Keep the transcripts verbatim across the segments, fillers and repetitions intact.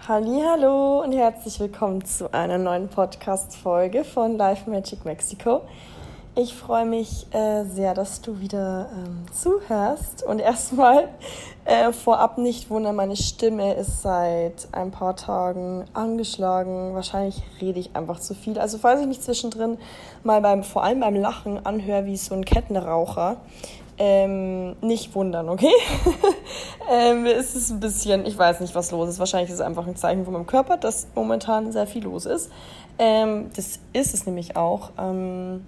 Hallihallo und herzlich willkommen zu einer neuen Podcast-Folge von Life Magic Mexico. Ich freue mich äh, sehr, dass du wieder ähm, zuhörst und erstmal äh, vorab nicht wundern, meine Stimme ist seit ein paar Tagen angeschlagen. Wahrscheinlich rede ich einfach zu viel. Also falls ich mich zwischendrin mal beim, vor allem beim Lachen anhöre wie so ein Kettenraucher, Ähm, nicht wundern, okay? ähm, es ist ein bisschen, ich weiß nicht, was los ist. Wahrscheinlich ist es einfach ein Zeichen von meinem Körper, dass momentan sehr viel los ist. Ähm, das ist es nämlich auch. Ähm,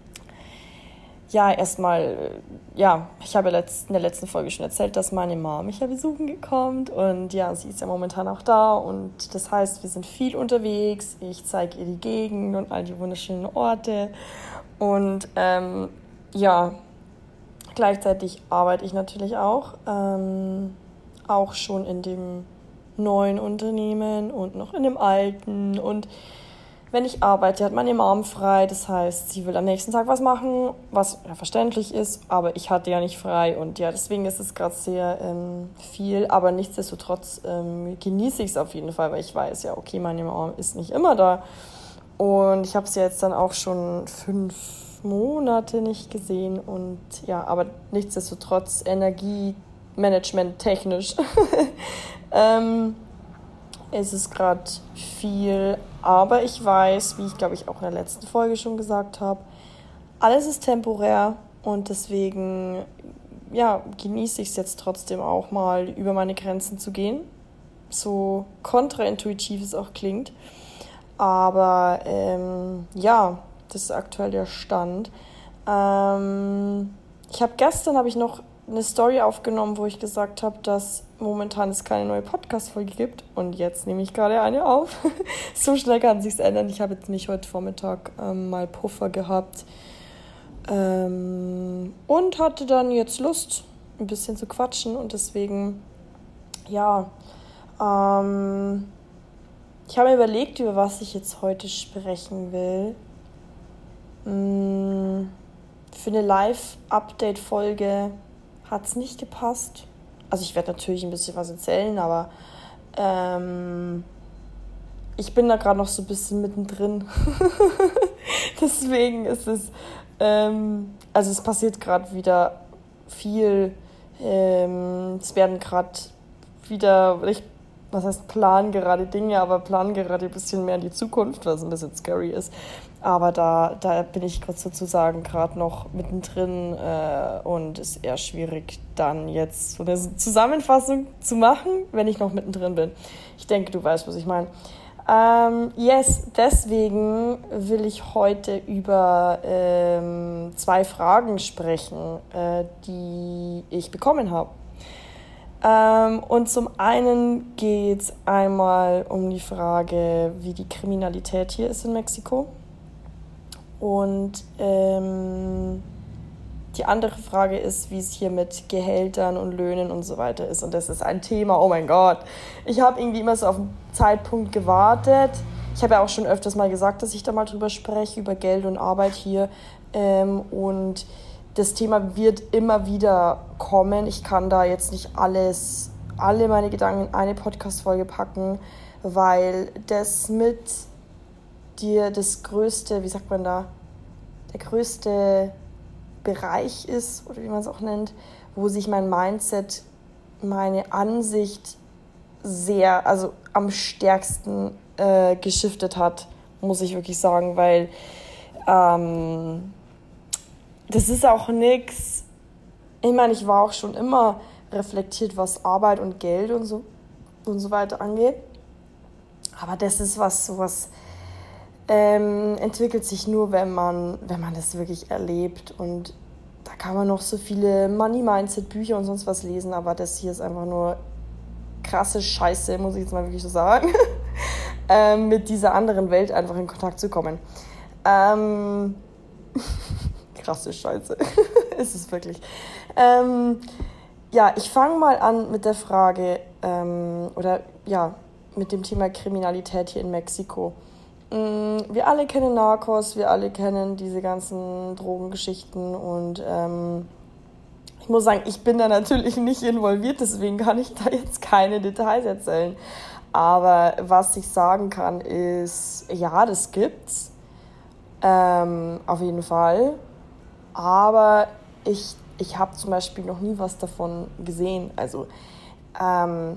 ja, erstmal, ja, ich habe letzt, in der letzten Folge schon erzählt, dass meine Mom mich ja besuchen gekommen und ja, sie ist ja momentan auch da und das heißt, wir sind viel unterwegs. Ich zeige ihr die Gegend und all die wunderschönen Orte und ähm, ja, gleichzeitig arbeite ich natürlich auch, ähm, auch schon in dem neuen Unternehmen und noch in dem alten. Und wenn ich arbeite, hat meine Mom frei. Das heißt, sie will am nächsten Tag was machen, was ja verständlich ist, aber ich hatte ja nicht frei. Und ja, deswegen ist es gerade sehr ähm, viel, aber nichtsdestotrotz ähm, genieße ich es auf jeden Fall, weil ich weiß ja, okay, meine Mom ist nicht immer da. Und ich habe sie jetzt dann auch schon fünf Monate nicht gesehen und ja, aber nichtsdestotrotz Energiemanagement technisch ähm, ist es gerade viel, aber ich weiß, wie ich glaube ich auch in der letzten Folge schon gesagt habe, alles ist temporär und deswegen ja, genieße ich es jetzt trotzdem auch mal über meine Grenzen zu gehen, so kontraintuitiv es auch klingt, aber ähm, ja, das ist aktuell der Stand. Ähm, ich habe gestern habe ich noch eine Story aufgenommen, wo ich gesagt habe, dass momentan es keine neue Podcast-Folge gibt. Und jetzt nehme ich gerade eine auf. So schnell kann sich's ändern. Ich habe jetzt nicht heute Vormittag ähm, mal Puffer gehabt. Ähm, und hatte dann jetzt Lust, ein bisschen zu quatschen. Und deswegen, ja, ähm, ich habe mir überlegt, über was ich jetzt heute sprechen will. Für eine Live-Update-Folge hat es nicht gepasst. Also ich werde natürlich ein bisschen was erzählen, aber ähm, ich bin da gerade noch so ein bisschen mittendrin. Deswegen ist es, ähm, also es passiert gerade wieder viel. Ähm, es werden gerade wieder, ich, was heißt planen gerade Dinge, aber planen gerade ein bisschen mehr in die Zukunft, was ein bisschen scary ist. Aber da, da bin ich kurz sozusagen gerade noch mittendrin äh, und es ist eher schwierig, dann jetzt so eine Zusammenfassung zu machen, wenn ich noch mittendrin bin. Ich denke, du weißt, was ich meine. Ähm, yes, deswegen will ich heute über ähm, zwei Fragen sprechen, äh, die ich bekommen habe. Ähm, und zum einen geht es einmal um die Frage, wie die Kriminalität hier ist in Mexiko. Und ähm, die andere Frage ist, wie es hier mit Gehältern und Löhnen und so weiter ist. Und das ist ein Thema, oh mein Gott. Ich habe irgendwie immer so auf einen Zeitpunkt gewartet. Ich habe ja auch schon öfters mal gesagt, dass ich da mal drüber spreche, über Geld und Arbeit hier. Ähm, und das Thema wird immer wieder kommen. Ich kann da jetzt nicht alles, alle meine Gedanken in eine Podcast-Folge packen, weil das mit dir das größte, wie sagt man da, der größte Bereich ist, oder wie man es auch nennt, wo sich mein Mindset, meine Ansicht sehr, also am stärksten äh, geschiftet hat, muss ich wirklich sagen, weil ähm, das ist auch nix, ich meine, ich war auch schon immer reflektiert, was Arbeit und Geld und so und so weiter angeht, aber das ist was, sowas Ähm, entwickelt sich nur, wenn man, wenn man das wirklich erlebt. Und da kann man noch so viele Money-Mindset-Bücher und sonst was lesen, aber das hier ist einfach nur krasse Scheiße, muss ich jetzt mal wirklich so sagen, ähm, mit dieser anderen Welt einfach in Kontakt zu kommen. Ähm, krasse Scheiße, ist es wirklich. Ähm, ja, ich fange mal an mit der Frage, ähm, oder ja, mit dem Thema Kriminalität hier in Mexiko. Wir alle kennen Narcos, wir alle kennen diese ganzen Drogengeschichten und ähm, ich muss sagen, ich bin da natürlich nicht involviert, deswegen kann ich da jetzt keine Details erzählen. Aber was ich sagen kann, ist, ja, das gibt's. Ähm, auf jeden Fall. Aber ich, ich habe zum Beispiel noch nie was davon gesehen. Also, ähm,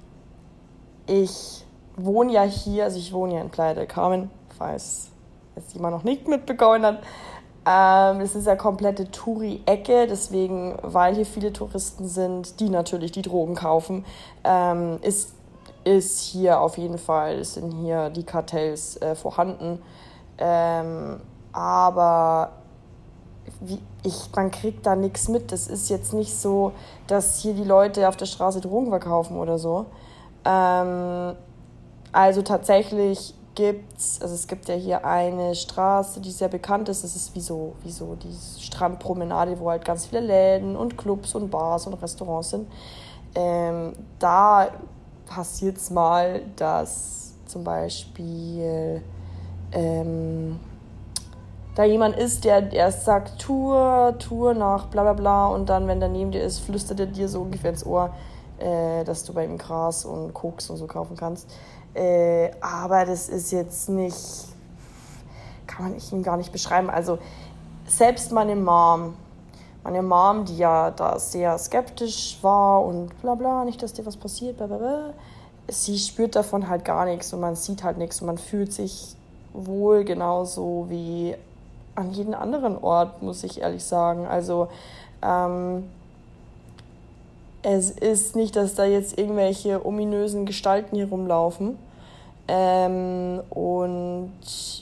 ich wohne ja hier, also ich wohne ja in Playa del Carmen, falls es jemand noch nicht mitbekommen hat. Ähm, es ist ja komplette Touri-Ecke, deswegen, weil hier viele Touristen sind, die natürlich die Drogen kaufen, ähm, ist, ist hier auf jeden Fall, sind hier die Kartells äh, vorhanden. Ähm, aber wie, ich, man kriegt da nichts mit. Das ist jetzt nicht so, dass hier die Leute auf der Straße Drogen verkaufen oder so. Ähm, also tatsächlich gibt's, also es gibt ja hier eine Straße, die sehr bekannt ist. Das ist wie so, wie so die Strandpromenade, wo halt ganz viele Läden und Clubs und Bars und Restaurants sind. Ähm, da passiert es mal, dass zum Beispiel ähm, da jemand ist, der erst sagt Tour, Tour nach bla bla bla und dann, wenn der neben dir ist, flüstert er dir so ungefähr ins Ohr, äh, dass du bei ihm Gras und Koks und so kaufen kannst. Äh, aber das ist jetzt nicht, kann man ihm gar nicht beschreiben. Also selbst meine Mom, meine Mom, die ja da sehr skeptisch war und bla bla, nicht, dass dir was passiert, bla bla bla, sie spürt davon halt gar nichts und man sieht halt nichts und man fühlt sich wohl genauso wie an jedem anderen Ort, muss ich ehrlich sagen. Also ähm, es ist nicht, dass da jetzt irgendwelche ominösen Gestalten hier rumlaufen. Ähm, und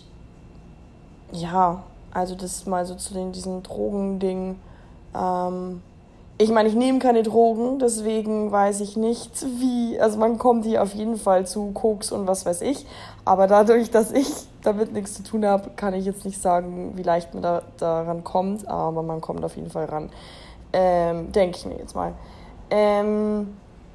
ja, also das mal so zu den, diesen Drogending. Ähm, ich meine, ich nehme keine Drogen, deswegen weiß ich nicht, wie, also man kommt hier auf jeden Fall zu Koks und was weiß ich, aber dadurch, dass ich damit nichts zu tun habe, kann ich jetzt nicht sagen, wie leicht man da, daran kommt, aber man kommt auf jeden Fall ran, ähm, denke ich mir jetzt mal. Ähm,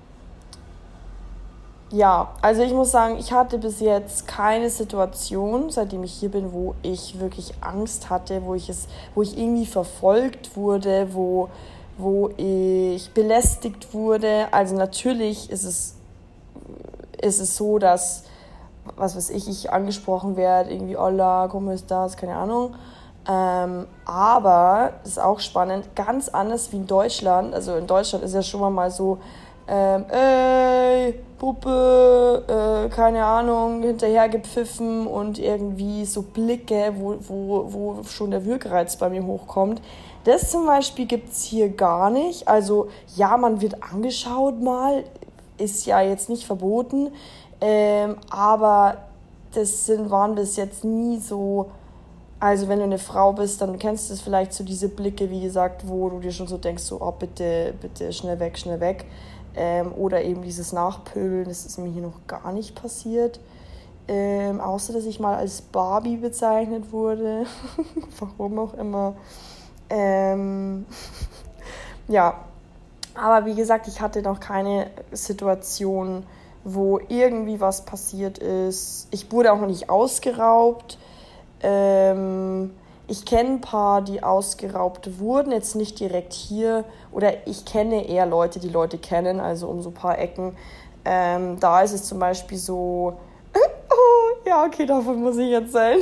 ja, also ich muss sagen, ich hatte bis jetzt keine Situation, seitdem ich hier bin, wo ich wirklich Angst hatte, wo ich es, wo ich irgendwie verfolgt wurde, wo wo ich belästigt wurde. Also natürlich ist es, ist es so, dass, was weiß ich, ich angesprochen werde, irgendwie, hola, ¿cómo estás? Keine Ahnung. Ähm, aber, das ist auch spannend, ganz anders wie in Deutschland. Also in Deutschland ist ja schon mal so, ähm, ey, Puppe, äh, keine Ahnung, hinterher gepfiffen und irgendwie so Blicke, wo, wo, wo schon der Würgereiz bei mir hochkommt. Das zum Beispiel gibt es hier gar nicht. Also ja, man wird angeschaut mal, ist ja jetzt nicht verboten, ähm, aber das sind, waren bis jetzt nie so, also wenn du eine Frau bist, dann kennst du es vielleicht so diese Blicke, wie gesagt, wo du dir schon so denkst, so, oh bitte, bitte schnell weg, schnell weg. Ähm, oder eben dieses Nachpöbeln, das ist mir hier noch gar nicht passiert. Ähm, außer, dass ich mal als Barbie bezeichnet wurde. Warum auch immer. Ähm, ja, aber wie gesagt, ich hatte noch keine Situation, wo irgendwie was passiert ist. Ich wurde auch noch nicht ausgeraubt. Ähm, ich kenne ein paar, die ausgeraubt wurden, jetzt nicht direkt hier. Oder ich kenne eher Leute, die Leute kennen, also um so ein paar Ecken. Ähm, da ist es zum Beispiel so, oh, ja, okay, davon muss ich erzählen.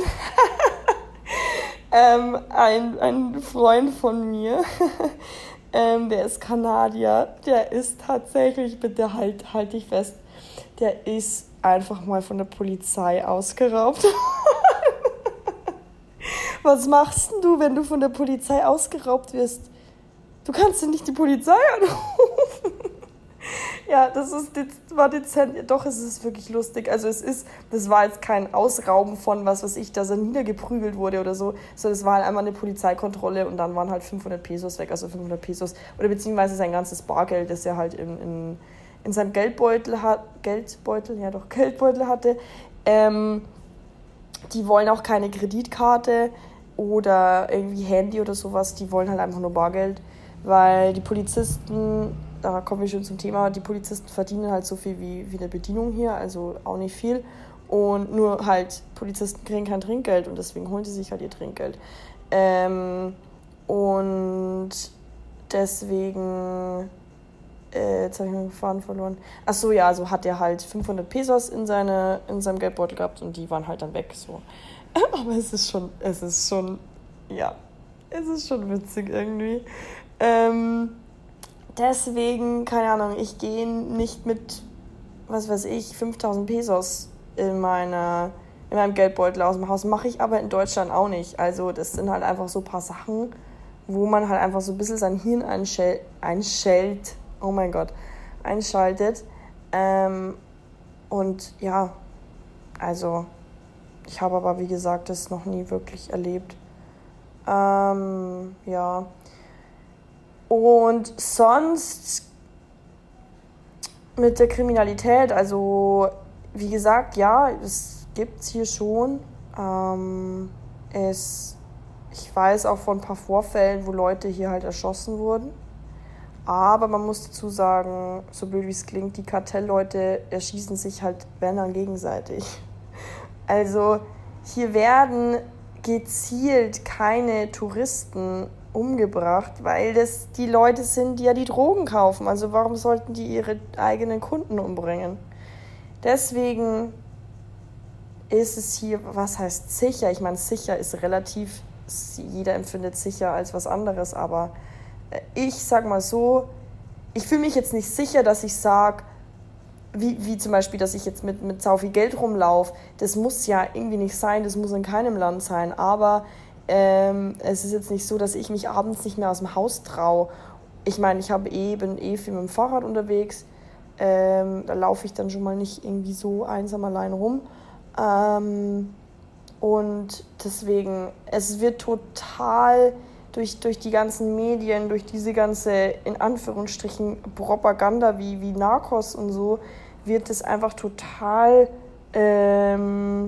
Ähm, ein, ein Freund von mir, ähm, der ist Kanadier, der ist tatsächlich, bitte halt, halt dich fest, der ist einfach mal von der Polizei ausgeraubt. Was machst denn du, wenn du von der Polizei ausgeraubt wirst? Du kannst ja nicht die Polizei anrufen. Ja, das ist, das war dezent. Doch, es ist wirklich lustig. Also es ist, das war jetzt kein Ausrauben von was weiß ich, dass er niedergeprügelt wurde oder so, sondern es war halt einmal eine Polizeikontrolle und dann waren halt fünfhundert Pesos weg, also fünfhundert Pesos. Oder beziehungsweise sein ganzes Bargeld, das er halt in, in, in seinem Geldbeutel hat, Geldbeutel, ja doch, Geldbeutel hatte. Ähm, die wollen auch keine Kreditkarte oder irgendwie Handy oder sowas, die wollen halt einfach nur Bargeld, weil die Polizisten, da kommen wir schon zum Thema, die Polizisten verdienen halt so viel wie, wie eine Bedienung hier, also auch nicht viel. Und nur halt, Polizisten kriegen kein Trinkgeld und deswegen holen sie sich halt ihr Trinkgeld. Ähm, und deswegen äh, jetzt habe ich meinen Faden verloren. Ach so, ja, so hat er halt fünfhundert Pesos in, seine, in seinem Geldbeutel gehabt und die waren halt dann weg, so. Aber es ist schon, es ist schon, ja, es ist schon witzig irgendwie. Ähm, deswegen, keine Ahnung, ich gehe nicht mit, was weiß ich, fünftausend Pesos in, meine, in meinem Geldbeutel aus dem Haus. Mache ich aber in Deutschland auch nicht. Also das sind halt einfach so ein paar Sachen, wo man halt einfach so ein bisschen sein Hirn einschält, einschält oh mein Gott, einschaltet. Ähm, und ja, also ich habe aber, wie gesagt, das noch nie wirklich erlebt. Ähm, ja. Und sonst mit der Kriminalität, also wie gesagt, ja, es gibt es hier schon. Ähm, es, ich weiß auch von ein paar Vorfällen, wo Leute hier halt erschossen wurden. Aber man muss dazu sagen, so blöd wie es klingt, die Kartellleute erschießen sich halt, wenn dann gegenseitig. Also hier werden gezielt keine Touristen umgebracht, weil das die Leute sind, die ja die Drogen kaufen. Also warum sollten die ihre eigenen Kunden umbringen? Deswegen ist es hier, was heißt sicher? Ich meine, sicher ist relativ, jeder empfindet sicher als was anderes, aber ich sag mal so, ich fühle mich jetzt nicht sicher, dass ich sage, wie, wie zum Beispiel, dass ich jetzt mit, mit sau viel Geld rumlaufe. Das muss ja irgendwie nicht sein, das muss in keinem Land sein. Aber ähm, es ist jetzt nicht so, dass ich mich abends nicht mehr aus dem Haus traue. Ich meine, ich habe eh, bin eh viel mit dem Fahrrad unterwegs. Ähm, da laufe ich dann schon mal nicht irgendwie so einsam allein rum. Ähm, und deswegen, es wird total durch, durch die ganzen Medien, durch diese ganze, in Anführungsstrichen, Propaganda wie, wie Narcos und so, wird es einfach total ähm,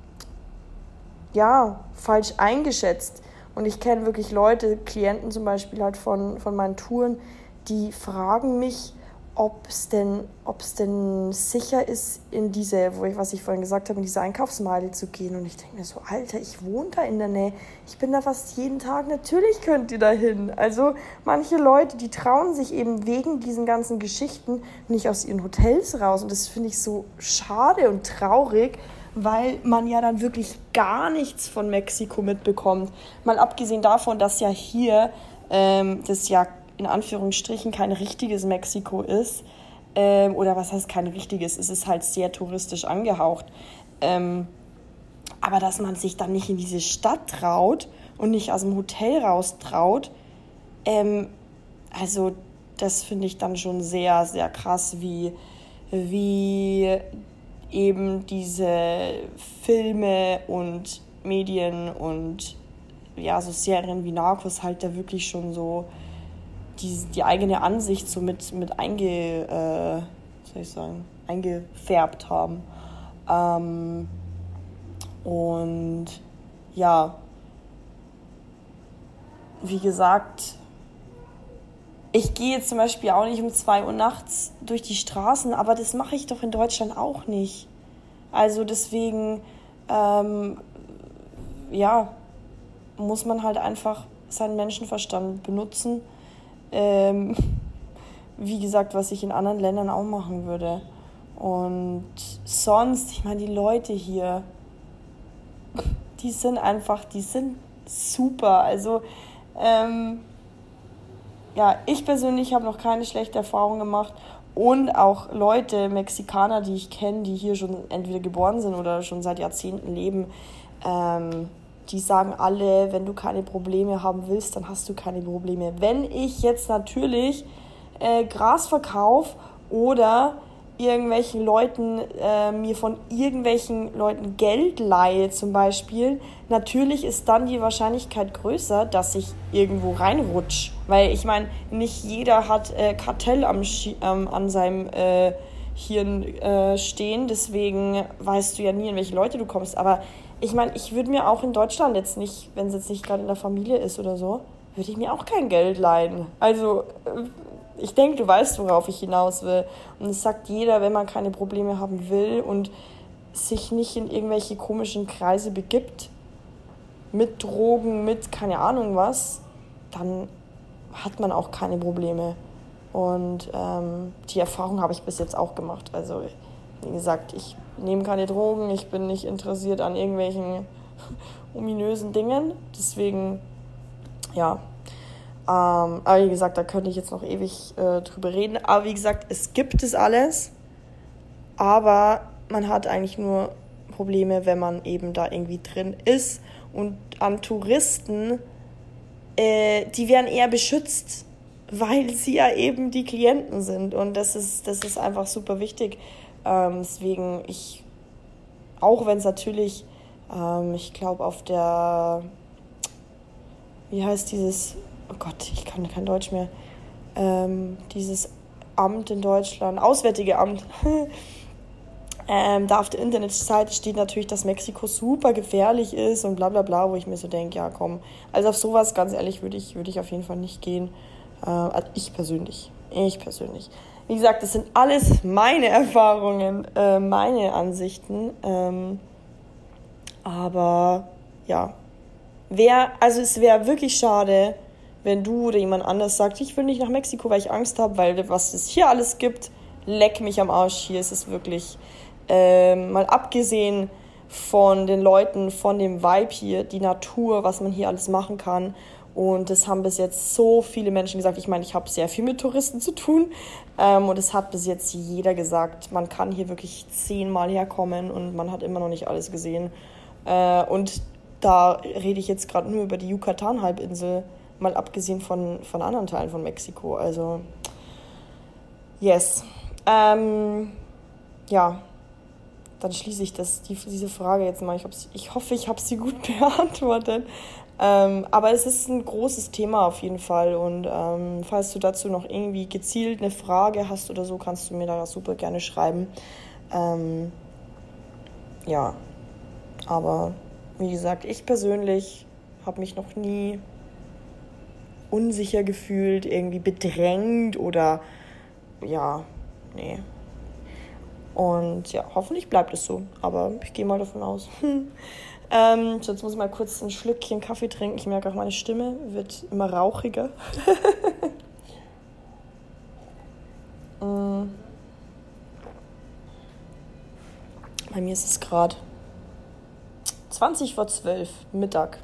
ja, falsch eingeschätzt. Und ich kenne wirklich Leute, Klienten zum Beispiel halt von, von meinen Touren, die fragen mich, ob es denn, ob es denn sicher ist, in diese, wo ich, was ich vorhin gesagt habe, in diese Einkaufsmeile zu gehen. Und ich denke mir so, Alter, ich wohne da in der Nähe, ich bin da fast jeden Tag, natürlich könnt ihr da hin. Also manche Leute, die trauen sich eben wegen diesen ganzen Geschichten nicht aus ihren Hotels raus. Und das finde ich so schade und traurig, weil man ja dann wirklich gar nichts von Mexiko mitbekommt. Mal abgesehen davon, dass ja hier ähm, das ja in Anführungsstrichen kein richtiges Mexiko ist, ähm, oder was heißt kein richtiges, es ist halt sehr touristisch angehaucht, ähm, aber dass man sich dann nicht in diese Stadt traut und nicht aus dem Hotel raus traut, ähm, also das finde ich dann schon sehr, sehr krass, wie, wie eben diese Filme und Medien und ja, so Serien wie Narcos halt da wirklich schon so Die, die eigene Ansicht so mit, mit einge, äh, soll ich sagen, eingefärbt haben. Ähm, und ja, wie gesagt, ich gehe jetzt zum Beispiel auch nicht um zwei Uhr nachts durch die Straßen, aber das mache ich doch in Deutschland auch nicht. Also deswegen, ähm, ja, muss man halt einfach seinen Menschenverstand benutzen. Ähm, wie gesagt, was ich in anderen Ländern auch machen würde. Und sonst, ich meine, die Leute hier, die sind einfach, die sind super. Also, ähm, ja, ich persönlich habe noch keine schlechte Erfahrung gemacht. Und auch Leute, Mexikaner, die ich kenne, die hier schon entweder geboren sind oder schon seit Jahrzehnten leben, ähm, die sagen alle, wenn du keine Probleme haben willst, dann hast du keine Probleme. Wenn ich jetzt natürlich äh, Gras verkaufe oder irgendwelchen Leuten, äh, mir von irgendwelchen Leuten Geld leihe zum Beispiel, natürlich ist dann die Wahrscheinlichkeit größer, dass ich irgendwo reinrutsche. Weil ich meine, nicht jeder hat äh, Kartell am Schi- ähm, an seinem äh, Hirn äh, stehen, deswegen weißt du ja nie, in welche Leute du kommst. Aber ich meine, ich würde mir auch in Deutschland jetzt nicht, wenn es jetzt nicht gerade in der Familie ist oder so, würde ich mir auch kein Geld leihen. Also, ich denke, du weißt, worauf ich hinaus will. Und es sagt jeder, wenn man keine Probleme haben will und sich nicht in irgendwelche komischen Kreise begibt, mit Drogen, mit keine Ahnung was, dann hat man auch keine Probleme. Und ähm, die Erfahrung habe ich bis jetzt auch gemacht. Also wie gesagt, ich nehme keine Drogen, ich bin nicht interessiert an irgendwelchen ominösen Dingen. Deswegen, ja. Ähm, aber wie gesagt, da könnte ich jetzt noch ewig äh, drüber reden. Aber wie gesagt, es gibt es alles. Aber man hat eigentlich nur Probleme, wenn man eben da irgendwie drin ist. Und an Touristen, äh, die werden eher beschützt, weil sie ja eben die Klienten sind. Und das ist, das ist einfach super wichtig. Ähm, deswegen, ich, auch wenn es natürlich, ähm, ich glaube, auf der, wie heißt dieses, oh Gott, ich kann kein Deutsch mehr, ähm, dieses Amt in Deutschland, Auswärtige Amt, ähm, da auf der Internetseite steht natürlich, dass Mexiko super gefährlich ist und bla bla bla, wo ich mir so denke, ja komm, also auf sowas, ganz ehrlich, würde ich, würde ich auf jeden Fall nicht gehen. Äh, also ich persönlich, ich persönlich. Wie gesagt, das sind alles meine Erfahrungen, äh, meine Ansichten, ähm, aber ja, wär, also es wäre wirklich schade, wenn du oder jemand anders sagt, ich will nicht nach Mexiko, weil ich Angst habe, weil was es hier alles gibt, leck mich am Arsch, hier ist es wirklich, ähm, mal abgesehen von den Leuten, von dem Vibe hier, die Natur, was man hier alles machen kann. Und das haben bis jetzt so viele Menschen gesagt. Ich meine, ich habe sehr viel mit Touristen zu tun. Ähm, und es hat bis jetzt jeder gesagt, man kann hier wirklich zehnmal herkommen und man hat immer noch nicht alles gesehen. Äh, und da rede ich jetzt gerade nur über die Yucatan-Halbinsel, mal abgesehen von, von anderen Teilen von Mexiko. Also, yes. Ähm, ja, dann schließe ich das, die, diese Frage jetzt mal. Ich, ich hoffe, ich habe sie gut beantwortet. Ähm, aber es ist ein großes Thema auf jeden Fall. Und ähm, falls du dazu noch irgendwie gezielt eine Frage hast oder so, kannst du mir da super gerne schreiben. Ähm, ja, aber wie gesagt, ich persönlich habe mich noch nie unsicher gefühlt, irgendwie bedrängt oder ja, nee. Und ja, hoffentlich bleibt es so, aber ich gehe mal davon aus. ähm, so, jetzt muss ich mal kurz ein Schlückchen Kaffee trinken. Ich merke auch, meine Stimme wird immer rauchiger. mm. Bei mir ist es gerade zwanzig vor zwölf, Mittag.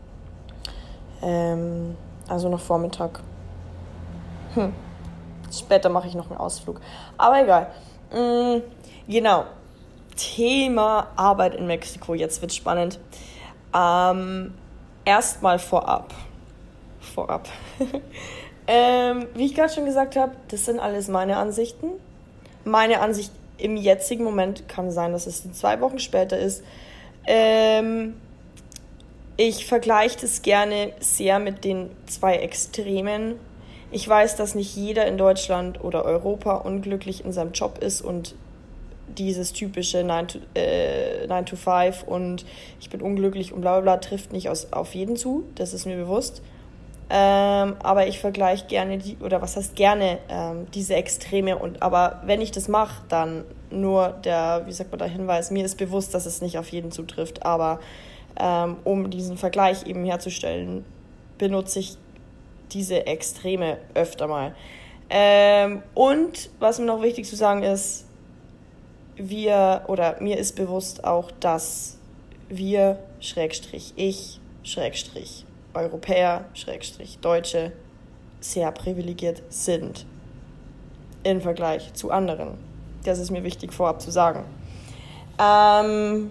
Ähm, also noch Vormittag. Hm. Später mache ich noch einen Ausflug. Aber egal. Mm, genau. Thema Arbeit in Mexiko. Jetzt wird's spannend. Ähm, Erstmal vorab. Vorab. ähm, wie ich gerade schon gesagt habe, das sind alles meine Ansichten. Meine Ansicht im jetzigen Moment kann sein, dass es zwei Wochen später ist. Ähm, ich vergleiche das gerne sehr mit den zwei Extremen. Ich weiß, dass nicht jeder in Deutschland oder Europa unglücklich in seinem Job ist und dieses typische nine to five und ich bin unglücklich und bla bla bla trifft nicht aus, auf jeden zu, das ist mir bewusst. Ähm, aber ich vergleiche gerne, die oder was heißt gerne, ähm, diese Extreme. Und aber wenn ich das mache, dann nur der, wie sagt man, der Hinweis, mir ist bewusst, dass es nicht auf jeden zutrifft, aber ähm, um diesen Vergleich eben herzustellen, benutze ich diese Extreme öfter mal. Ähm, und was mir noch wichtig zu sagen ist, wir, oder mir ist bewusst auch, dass wir, Schrägstrich, ich, Schrägstrich, Europäer, Schrägstrich, Deutsche, sehr privilegiert sind im Vergleich zu anderen. Das ist mir wichtig vorab zu sagen. Ähm,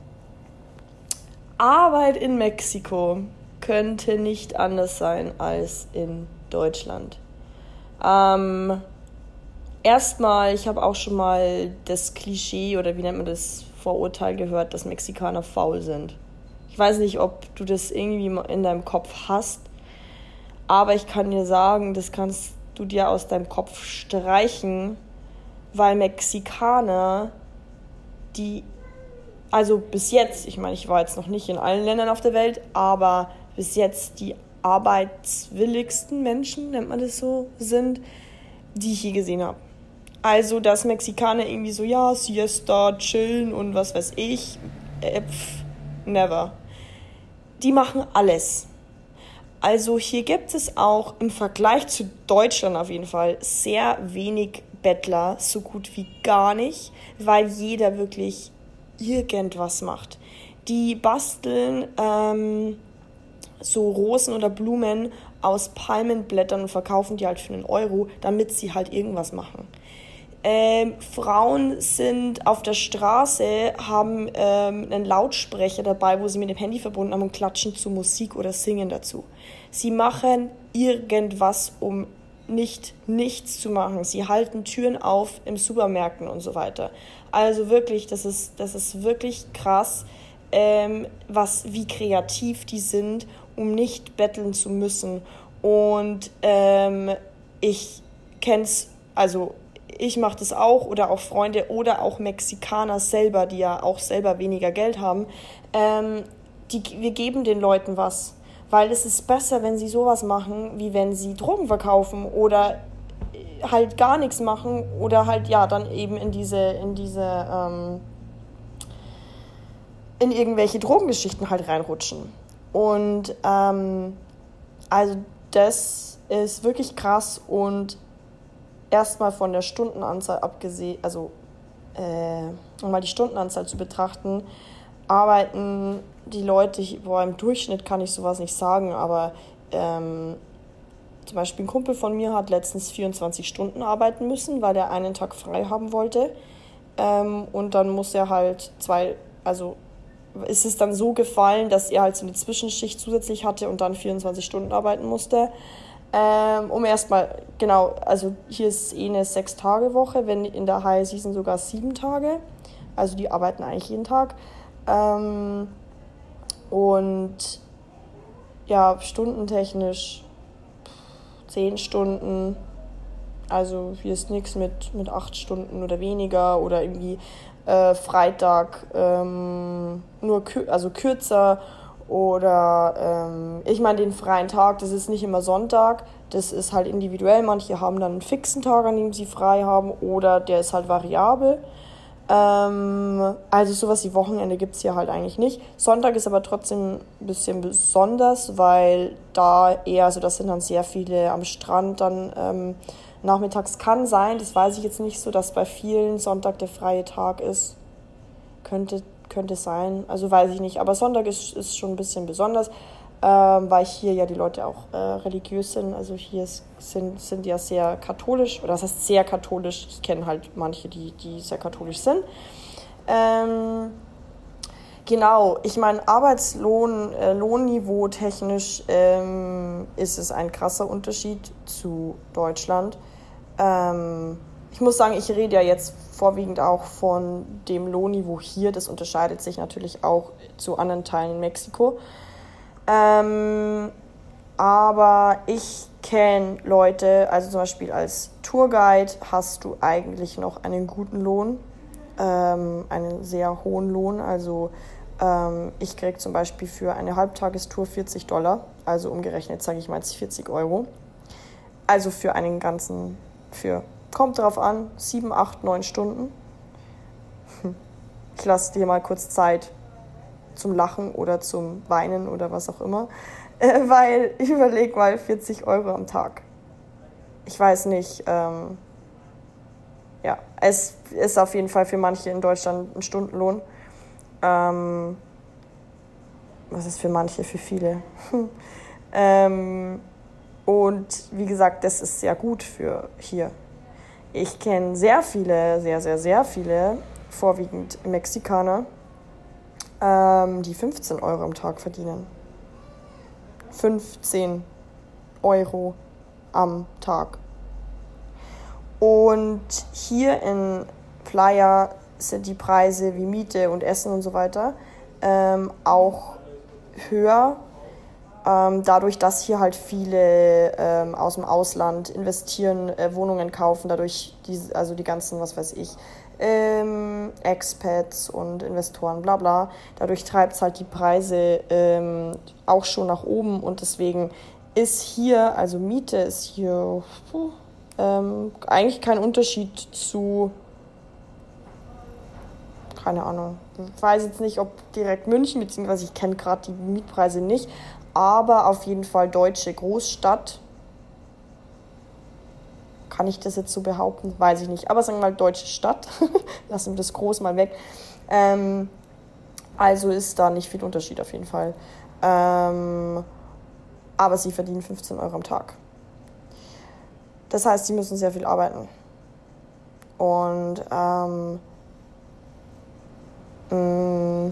Arbeit in Mexiko könnte nicht anders sein als in Deutschland. Ähm, erstmal, ich habe auch schon mal das Klischee oder wie nennt man das, Vorurteil gehört, dass Mexikaner faul sind. Ich weiß nicht, ob du das irgendwie in deinem Kopf hast, aber ich kann dir sagen, das kannst du dir aus deinem Kopf streichen, weil Mexikaner, die, also bis jetzt, ich meine, ich war jetzt noch nicht in allen Ländern auf der Welt, aber bis jetzt die arbeitswilligsten Menschen, nennt man das so, sind, die ich je gesehen habe. Also, dass Mexikaner irgendwie so, ja, Siesta, chillen und was weiß ich, äh, pff, never. Die machen alles. Also hier gibt es auch im Vergleich zu Deutschland auf jeden Fall sehr wenig Bettler, so gut wie gar nicht, weil jeder wirklich irgendwas macht. Die basteln ähm, so Rosen oder Blumen aus Palmenblättern und verkaufen die halt für einen Euro, damit sie halt irgendwas machen. Ähm, Frauen sind auf der Straße, haben ähm, einen Lautsprecher dabei, wo sie mit dem Handy verbunden haben und klatschen zu Musik oder singen dazu. Sie machen irgendwas, um nicht nichts zu machen. Sie halten Türen auf im Supermärkten und so weiter. Also wirklich, das ist, das ist wirklich krass, ähm, was, wie kreativ die sind, um nicht betteln zu müssen. Und ähm, ich kenne es, also ich mache das auch oder auch Freunde oder auch Mexikaner selber, die ja auch selber weniger Geld haben. Ähm, die, wir geben den Leuten was, weil es ist besser, wenn sie sowas machen, wie wenn sie Drogen verkaufen oder halt gar nichts machen oder halt ja dann eben in diese in diese ähm, in irgendwelche Drogengeschichten halt reinrutschen. Und ähm, also das ist wirklich krass und erstmal von der Stundenanzahl abgesehen, also äh, um mal die Stundenanzahl zu betrachten, arbeiten die Leute, boah, im Durchschnitt kann ich sowas nicht sagen, aber ähm, zum Beispiel ein Kumpel von mir hat letztens vierundzwanzig Stunden arbeiten müssen, weil er einen Tag frei haben wollte. Ähm, und dann muss er halt zwei, also ist es dann so gefallen, dass er halt so eine Zwischenschicht zusätzlich hatte und dann vierundzwanzig Stunden arbeiten musste. Ähm, um erstmal, genau, also hier ist eh eine Sechs-Tage-Woche, wenn in der High Season sogar sieben Tage. Also die arbeiten eigentlich jeden Tag. Ähm, und ja, stundentechnisch zehn Stunden. Also hier ist nichts mit, mit acht Stunden oder weniger oder irgendwie äh, Freitag ähm, nur kür- also kürzer. Oder ähm, ich meine den freien Tag, das ist nicht immer Sonntag, das ist halt individuell. Manche haben dann einen fixen Tag, an dem sie frei haben oder der ist halt variabel. Ähm, also sowas wie Wochenende gibt es hier halt eigentlich nicht. Sonntag ist aber trotzdem ein bisschen besonders, weil da eher, also das sind dann sehr viele am Strand dann ähm, nachmittags kann sein, das weiß ich jetzt nicht so, dass bei vielen Sonntag der freie Tag ist. Könnte Könnte sein, also weiß ich nicht. Aber Sonntag ist, ist schon ein bisschen besonders, ähm, weil hier ja die Leute auch äh, religiös sind. Also hier ist, sind, sind ja sehr katholisch, oder das heißt sehr katholisch. Ich kenne halt manche, die, die sehr katholisch sind. Ähm, genau, ich meine, Arbeitslohn, äh, Lohnniveau technisch ähm, ist es ein krasser Unterschied zu Deutschland. Ähm, Ich muss sagen, ich rede ja jetzt vorwiegend auch von dem Lohnniveau hier. Das unterscheidet sich natürlich auch zu anderen Teilen in Mexiko. Ähm, aber ich kenne Leute, also zum Beispiel als Tourguide hast du eigentlich noch einen guten Lohn, ähm, einen sehr hohen Lohn. Also ähm, ich kriege zum Beispiel für eine Halbtagestour vierzig Dollar, also umgerechnet sage ich mal jetzt vierzig Euro. Also für einen ganzen, für kommt drauf an, sieben, acht, neun Stunden. Ich lasse dir mal kurz Zeit zum Lachen oder zum Weinen oder was auch immer. Äh, weil ich überlege mal vierzig Euro am Tag. Ich weiß nicht, ähm, ja, es ist auf jeden Fall für manche in Deutschland ein Stundenlohn. Ähm, was ist für manche, für viele. ähm, und wie gesagt, das ist sehr gut für hier. Ich kenne sehr viele, sehr, sehr, sehr viele, vorwiegend Mexikaner, ähm, die fünfzehn Euro am Tag verdienen. fünfzehn Euro am Tag. Und hier in Playa sind die Preise wie Miete und Essen und so weiter ähm, auch höher. Ähm, dadurch, dass hier halt viele ähm, aus dem Ausland investieren, äh, Wohnungen kaufen, dadurch die, also die ganzen, was weiß ich, ähm, Expats und Investoren, bla bla, dadurch treibt es halt die Preise ähm, auch schon nach oben und deswegen ist hier, also Miete ist hier puh, ähm, eigentlich kein Unterschied zu, keine Ahnung, ich weiß jetzt nicht, ob direkt München, beziehungsweise ich kenne gerade die Mietpreise nicht, aber auf jeden Fall deutsche Großstadt. Kann ich das jetzt so behaupten? Weiß ich nicht. Aber sagen wir mal deutsche Stadt. Lassen wir das groß mal weg. Ähm, also ist da nicht viel Unterschied auf jeden Fall. Ähm, aber sie verdienen fünfzehn Euro am Tag. Das heißt, sie müssen sehr viel arbeiten. Und ähm, mh,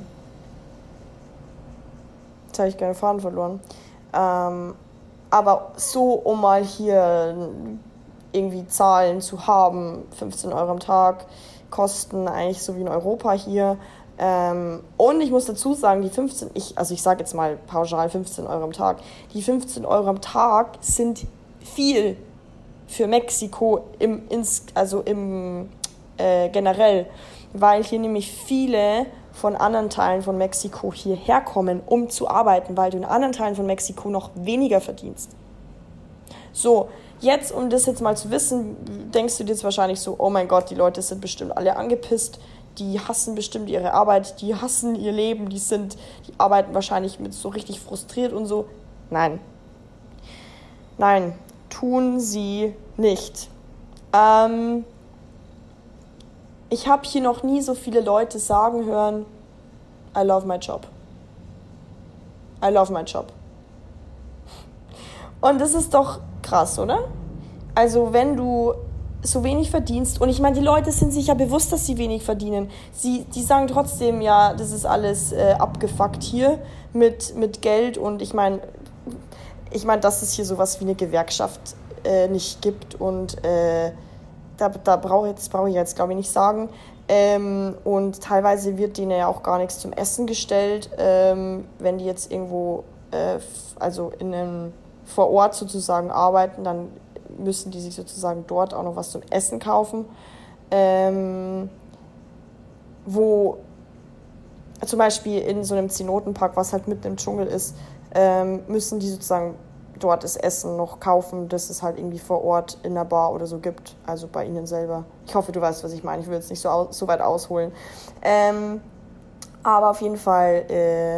jetzt habe ich gerne Faden verloren. Ähm, aber so, um mal hier irgendwie Zahlen zu haben, fünfzehn Euro am Tag, kosten eigentlich so wie in Europa hier. Ähm, und ich muss dazu sagen, die fünfzehn, ich, also ich sage jetzt mal pauschal fünfzehn Euro am Tag, die fünfzehn Euro am Tag sind viel für Mexiko im, ins, also im äh, generell, weil hier nämlich viele von anderen Teilen von Mexiko hierher kommen, um zu arbeiten, weil du in anderen Teilen von Mexiko noch weniger verdienst. So, jetzt, um das jetzt mal zu wissen, denkst du dir jetzt wahrscheinlich so, oh mein Gott, die Leute sind bestimmt alle angepisst, die hassen bestimmt ihre Arbeit, die hassen ihr Leben, die sind, die arbeiten wahrscheinlich mit so richtig frustriert und so. Nein. Nein, tun sie nicht. Ähm, ich habe hier noch nie so viele Leute sagen hören, I love my job. I love my job. Und das ist doch krass, oder? Also wenn du so wenig verdienst, und ich meine, die Leute sind sich ja bewusst, dass sie wenig verdienen. Sie, die sagen trotzdem, ja, das ist alles äh, abgefuckt hier mit, mit Geld. Und ich meine, ich meine, dass es hier sowas wie eine Gewerkschaft äh, nicht gibt. Und äh, da, da brauche ich, das brauche ich jetzt, glaube ich, nicht sagen. Ähm, und teilweise wird denen ja auch gar nichts zum Essen gestellt, ähm, wenn die jetzt irgendwo, äh, also in einem, vor Ort sozusagen arbeiten, dann müssen die sich sozusagen dort auch noch was zum Essen kaufen. Ähm, wo zum Beispiel in so einem Zenotenpark, was halt mitten im Dschungel ist, ähm, müssen die sozusagen dort das Essen noch kaufen, das es halt irgendwie vor Ort in der Bar oder so gibt, also bei ihnen selber. Ich hoffe, du weißt, was ich meine. Ich will jetzt nicht so, aus, so weit ausholen. Ähm, aber auf jeden Fall äh,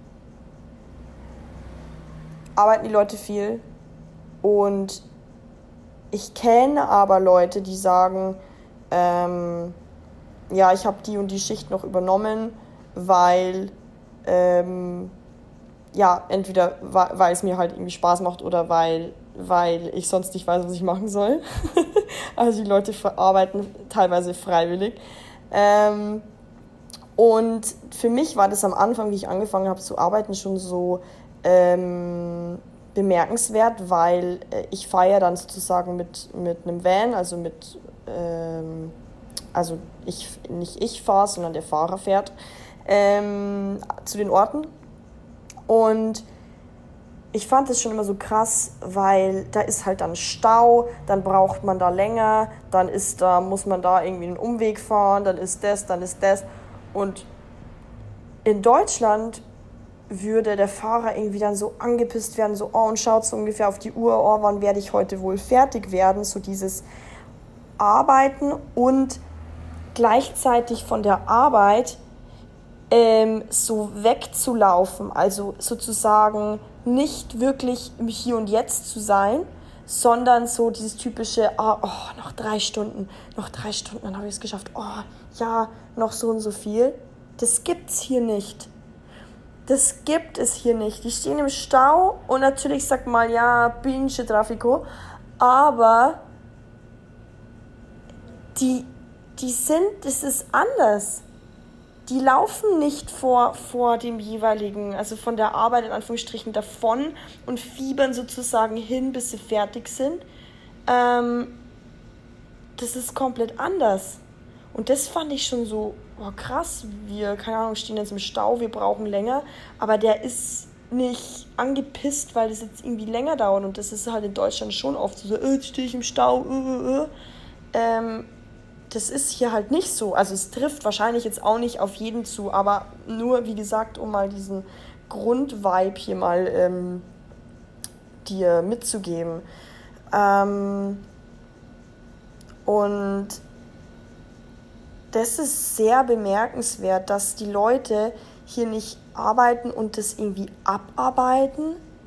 arbeiten die Leute viel. Und ich kenne aber Leute, die sagen, ähm, ja, ich habe die und die Schicht noch übernommen, weil ähm, ja, entweder weil es mir halt irgendwie Spaß macht oder weil, weil ich sonst nicht weiß, was ich machen soll. Also die Leute arbeiten teilweise freiwillig. Ähm, und für mich war das am Anfang, wie ich angefangen habe zu arbeiten, schon so ähm, bemerkenswert, weil äh, ich fahre ja dann sozusagen mit, mit einem Van, also mit, ähm, also ich, nicht ich fahre, sondern der Fahrer fährt ähm, zu den Orten. Und ich fand es schon immer so krass, weil da ist halt dann Stau, dann braucht man da länger, dann ist da, muss man da irgendwie einen Umweg fahren, dann ist das, dann ist das. Und in Deutschland würde der Fahrer irgendwie dann so angepisst werden, so, oh, und schaut so ungefähr auf die Uhr, oh, wann werde ich heute wohl fertig werden? So dieses Arbeiten und gleichzeitig von der Arbeit ähm, so wegzulaufen, also sozusagen nicht wirklich im Hier und Jetzt zu sein, sondern so dieses typische, oh, oh noch drei Stunden, noch drei Stunden, dann habe ich es geschafft, oh, ja, noch so und so viel. Das gibt's hier nicht. Das gibt es hier nicht. Die stehen im Stau und natürlich sagt mal, ja, pinche Traffico, aber die, die sind, das ist anders. Die laufen nicht vor, vor dem jeweiligen, also von der Arbeit in Anführungsstrichen davon und fiebern sozusagen hin, bis sie fertig sind. Ähm, das ist komplett anders. Und das fand ich schon so, oh krass, wir, keine Ahnung, stehen jetzt im Stau, wir brauchen länger, aber der ist nicht angepisst, weil das jetzt irgendwie länger dauert und das ist halt in Deutschland schon oft so, äh, jetzt stehe ich im Stau, äh, äh. Ähm, das ist hier halt nicht so. Also es trifft wahrscheinlich jetzt auch nicht auf jeden zu, aber nur, wie gesagt, um mal diesen Grundvibe hier mal ähm, dir mitzugeben. Ähm, und das ist sehr bemerkenswert, dass die Leute hier nicht arbeiten und das irgendwie abarbeiten,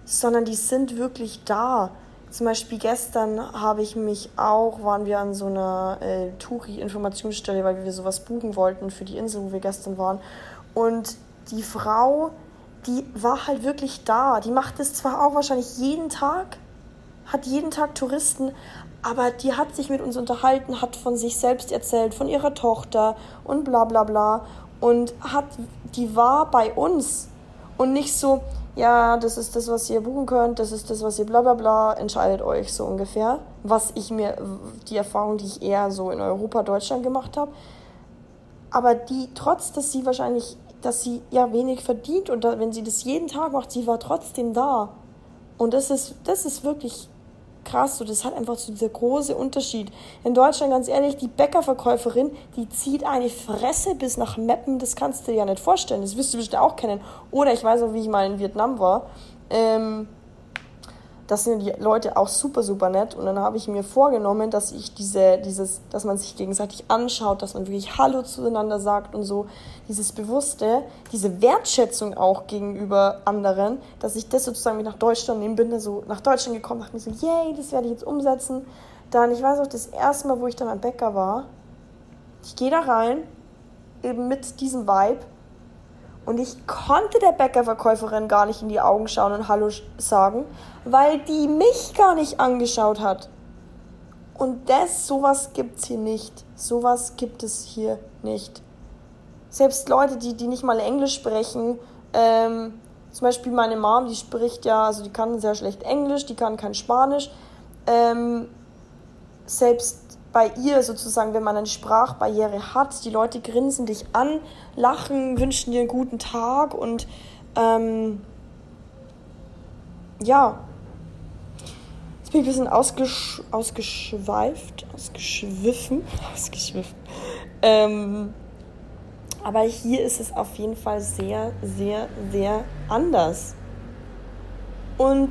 sondern die sind wirklich da. Zum Beispiel gestern habe ich mich auch, waren wir an so einer äh, Touri-Informationsstelle, weil wir sowas buchen wollten für die Insel, wo wir gestern waren. Und die Frau, die war halt wirklich da. Die macht es zwar auch wahrscheinlich jeden Tag, hat jeden Tag Touristen, aber die hat sich mit uns unterhalten, hat von sich selbst erzählt, von ihrer Tochter und bla bla bla. Und hat, die war bei uns und nicht so, ja, das ist das, was ihr buchen könnt, das ist das, was ihr bla bla bla, entscheidet euch so ungefähr. Was ich mir, die Erfahrung, die ich eher so in Europa, Deutschland gemacht habe. Aber die, trotz, dass sie wahrscheinlich, dass sie ja wenig verdient und da, wenn sie das jeden Tag macht, sie war trotzdem da. Und das ist, das ist wirklich krass, so, das hat einfach so dieser große Unterschied. In Deutschland, ganz ehrlich, die Bäckerverkäuferin, die zieht eine Fresse bis nach Meppen, das kannst du dir ja nicht vorstellen, das wirst du bestimmt auch kennen. Oder ich weiß auch, wie ich mal in Vietnam war, ähm, das sind die Leute auch super, super nett und dann habe ich mir vorgenommen, dass ich diese, dieses, dass man sich gegenseitig anschaut, dass man wirklich Hallo zueinander sagt und so, dieses Bewusste, diese Wertschätzung auch gegenüber anderen, dass ich das sozusagen mit nach Deutschland nehmen, bin da so nach Deutschland gekommen, dachte mir so, yay, das werde ich jetzt umsetzen. Dann, ich weiß auch, das erste Mal, wo ich dann am Bäcker war, ich gehe da rein, eben mit diesem Vibe, und ich konnte der Bäckerverkäuferin gar nicht in die Augen schauen und Hallo sagen, weil die mich gar nicht angeschaut hat. Und das, sowas gibt's hier nicht. Sowas gibt es hier nicht. Selbst Leute, die, die nicht mal Englisch sprechen, ähm, zum Beispiel meine Mom, die spricht ja, also die kann sehr schlecht Englisch, die kann kein Spanisch. Ähm, selbst bei ihr sozusagen, wenn man eine Sprachbarriere hat, die Leute grinsen dich an, lachen, wünschen dir einen guten Tag und ähm, ja, jetzt bin ich ein bisschen ausgesch- ausgeschweift, ausgeschwiffen, ausgeschwiffen. Ähm, aber hier ist es auf jeden Fall sehr, sehr, sehr anders. Und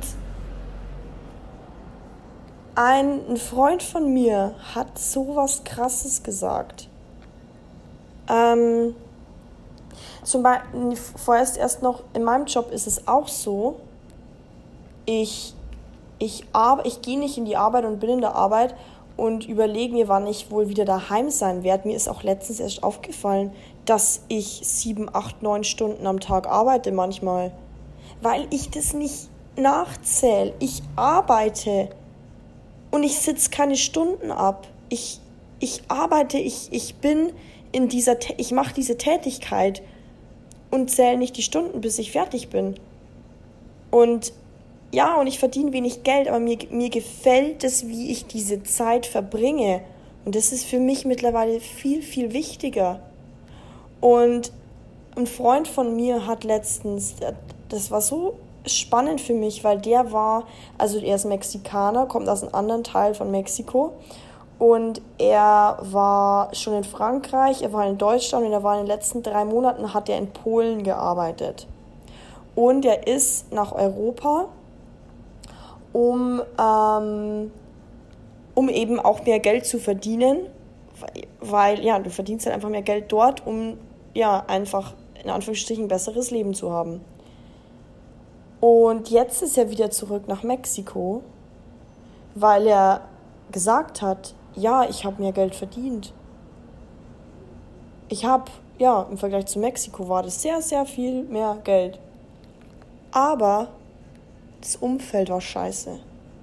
ein Freund von mir hat so was Krasses gesagt. Ähm, zum Beispiel, vorerst erst noch, in meinem Job ist es auch so, ich, ich, ar- ich gehe nicht in die Arbeit und bin in der Arbeit und überlege mir, wann ich wohl wieder daheim sein werde. Mir ist auch letztens erst aufgefallen, dass ich sieben, acht, neun Stunden am Tag arbeite manchmal, weil ich das nicht nachzähle. Ich arbeite. Und ich sitze keine Stunden ab. Ich, ich arbeite, ich, ich bin in dieser, ich mache diese Tätigkeit und zähle nicht die Stunden, bis ich fertig bin. Und ja, und ich verdiene wenig Geld, aber mir, mir gefällt es, wie ich diese Zeit verbringe. Und das ist für mich mittlerweile viel, viel wichtiger. Und ein Freund von mir hat letztens, das war so spannend für mich, weil der war, also er ist Mexikaner, kommt aus einem anderen Teil von Mexiko und er war schon in Frankreich, er war in Deutschland und er war in den letzten drei Monaten, hat er in Polen gearbeitet. Und er ist nach Europa, um, ähm, um eben auch mehr Geld zu verdienen, weil, ja, du verdienst halt einfach mehr Geld dort, um, ja, einfach in Anführungsstrichen ein besseres Leben zu haben. Und jetzt ist er wieder zurück nach Mexiko, weil er gesagt hat, ja, ich habe mehr Geld verdient. Ich habe, ja, im Vergleich zu Mexiko war das sehr, sehr viel mehr Geld. Aber das Umfeld war scheiße.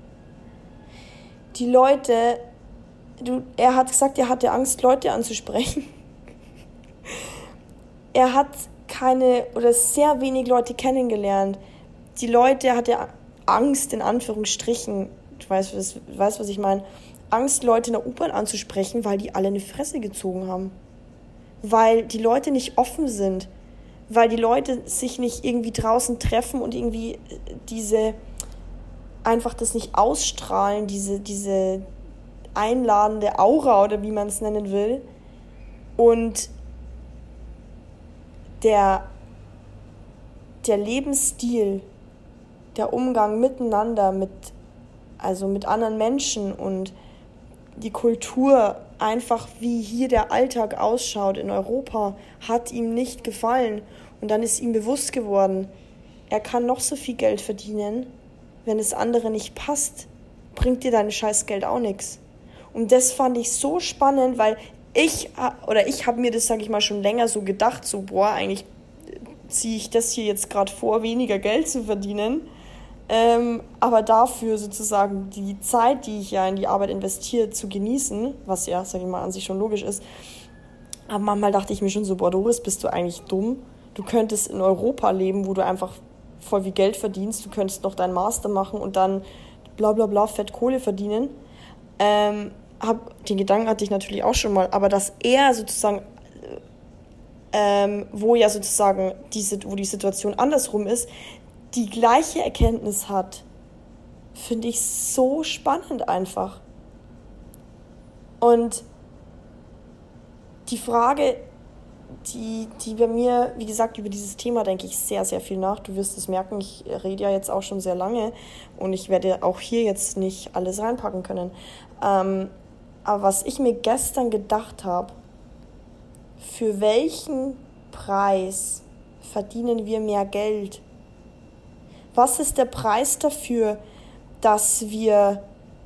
Die Leute, du, er hat gesagt, er hatte Angst, Leute anzusprechen. Er hat keine oder sehr wenig Leute kennengelernt. Die Leute hatte Angst, in Anführungsstrichen, du weißt, was, weißt, was ich meine, Angst, Leute in der U-Bahn anzusprechen, weil die alle eine Fresse gezogen haben. Weil die Leute nicht offen sind. Weil die Leute sich nicht irgendwie draußen treffen und irgendwie diese, einfach das nicht ausstrahlen, diese, diese einladende Aura oder wie man es nennen will. Und der, der Lebensstil, der Umgang miteinander, mit, also mit anderen Menschen und die Kultur, einfach wie hier der Alltag ausschaut in Europa, hat ihm nicht gefallen. Und dann ist ihm bewusst geworden, er kann noch so viel Geld verdienen, wenn das andere nicht passt, bringt dir dein Scheißgeld auch nichts. Und das fand ich so spannend, weil ich, oder ich habe mir das, sage ich mal, schon länger so gedacht, so, boah, eigentlich ziehe ich das hier jetzt gerade vor, weniger Geld zu verdienen. Ähm, aber dafür sozusagen die Zeit, die ich ja in die Arbeit investiere, zu genießen, was ja, sag ich mal, an sich schon logisch ist. Aber manchmal dachte ich mir schon so, boah, Doris, bist du eigentlich dumm? Du könntest in Europa leben, wo du einfach voll viel Geld verdienst. Du könntest noch deinen Master machen und dann bla bla bla fett Kohle verdienen. Ähm, hab, den Gedanken hatte ich natürlich auch schon mal, aber dass er sozusagen, ähm, wo ja sozusagen diese, wo die Situation andersrum ist, die gleiche Erkenntnis hat, finde ich so spannend einfach. Und die Frage, die, die bei mir, wie gesagt, über dieses Thema denke ich sehr, sehr viel nach. Du wirst es merken, ich rede ja jetzt auch schon sehr lange und ich werde auch hier jetzt nicht alles reinpacken können. Ähm, aber was ich mir gestern gedacht habe, für welchen Preis verdienen wir mehr Geld? Was ist der Preis dafür, dass wir,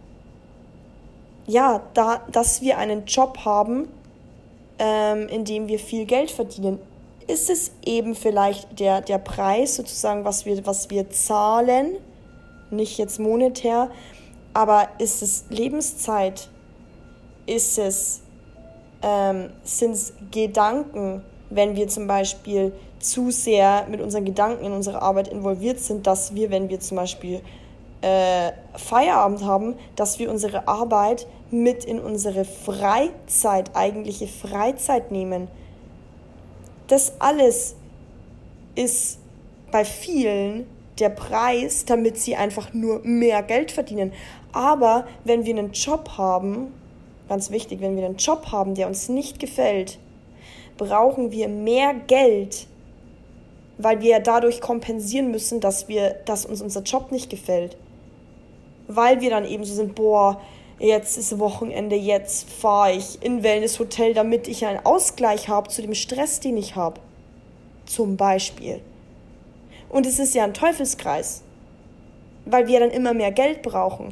ja, da, dass wir einen Job haben, ähm, in dem wir viel Geld verdienen? Ist es eben vielleicht der, der Preis sozusagen, was wir, was wir zahlen, nicht jetzt monetär, aber ist es Lebenszeit? Ist es, ähm, sind es Gedanken, wenn wir zum Beispiel zu sehr mit unseren Gedanken in unsere Arbeit involviert sind, dass wir, wenn wir zum Beispiel äh, Feierabend haben, dass wir unsere Arbeit mit in unsere Freizeit, eigentliche Freizeit nehmen. Das alles ist bei vielen der Preis, damit sie einfach nur mehr Geld verdienen. Aber wenn wir einen Job haben, ganz wichtig, wenn wir einen Job haben, der uns nicht gefällt, brauchen wir mehr Geld, weil wir dadurch kompensieren müssen, dass wir, dass uns unser Job nicht gefällt. Weil wir dann eben so sind, boah, jetzt ist Wochenende, jetzt fahre ich in ein Wellnesshotel, damit ich einen Ausgleich habe zu dem Stress, den ich habe. Zum Beispiel. Und es ist ja ein Teufelskreis, weil wir dann immer mehr Geld brauchen.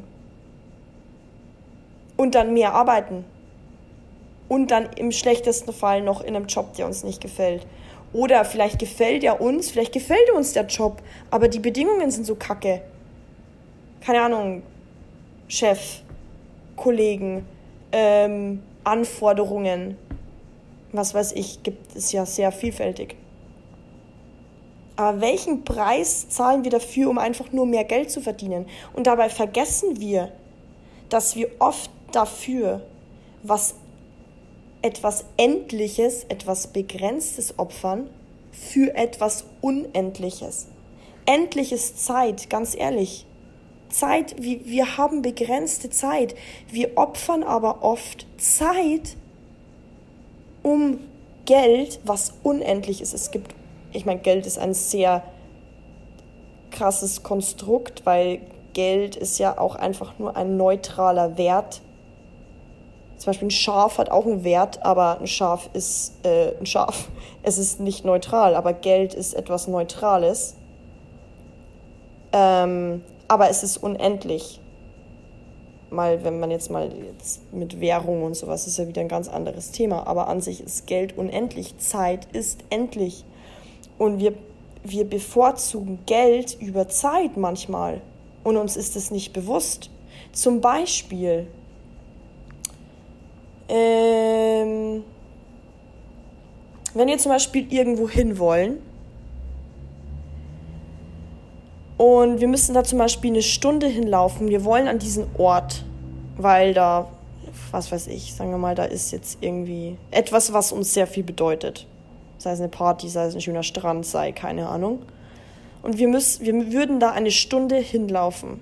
Und dann mehr arbeiten. Und dann im schlechtesten Fall noch in einem Job, der uns nicht gefällt. Oder vielleicht gefällt er uns, vielleicht gefällt uns der Job, aber die Bedingungen sind so kacke. Keine Ahnung, Chef, Kollegen, ähm, Anforderungen, was weiß ich, gibt es ja sehr vielfältig. Aber welchen Preis zahlen wir dafür, um einfach nur mehr Geld zu verdienen? Und dabei vergessen wir, dass wir oft dafür, was etwas Endliches, etwas Begrenztes opfern, für etwas Unendliches. Endlich ist Zeit, ganz ehrlich. Zeit, wir, wir haben begrenzte Zeit. Wir opfern aber oft Zeit, um Geld, was unendlich ist. Es gibt, ich meine, Geld ist ein sehr krasses Konstrukt, weil Geld ist ja auch einfach nur ein neutraler Wert. Zum Beispiel ein Schaf hat auch einen Wert, aber ein Schaf ist äh, ein Schaf. Es ist nicht neutral, aber Geld ist etwas Neutrales. Ähm, aber es ist unendlich. Mal, wenn man jetzt mal jetzt mit Währung und sowas, ist ja wieder ein ganz anderes Thema. Aber an sich ist Geld unendlich. Zeit ist endlich. Und wir, wir bevorzugen Geld über Zeit manchmal. Und uns ist es nicht bewusst. Zum Beispiel, ähm, wenn wir zum Beispiel irgendwo hin wollen und wir müssen da zum Beispiel eine Stunde hinlaufen, wir wollen an diesen Ort, weil da, was weiß ich, sagen wir mal, da ist jetzt irgendwie etwas, was uns sehr viel bedeutet. Sei es eine Party, sei es ein schöner Strand, sei keine Ahnung. Und wir, müssen, wir würden da eine Stunde hinlaufen.